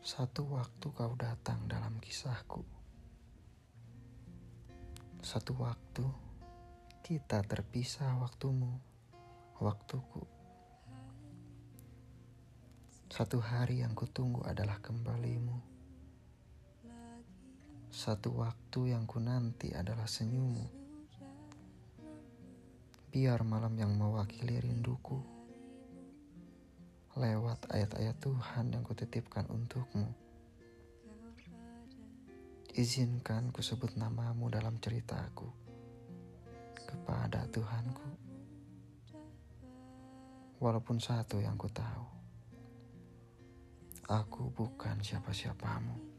Satu waktu kau datang dalam kisahku. Satu waktu kita terpisah, waktumu, waktuku. Satu hari yang kutunggu adalah kembalimu. Satu waktu yang kunanti adalah senyummu. Biar malam yang mewakili rinduku lewat ayat-ayat Tuhan yang kutitipkan untukmu. Izinkan ku sebut namamu dalam ceritaku kepada Tuhanku. Walaupun satu yang ku tahu, aku bukan siapa-siapamu.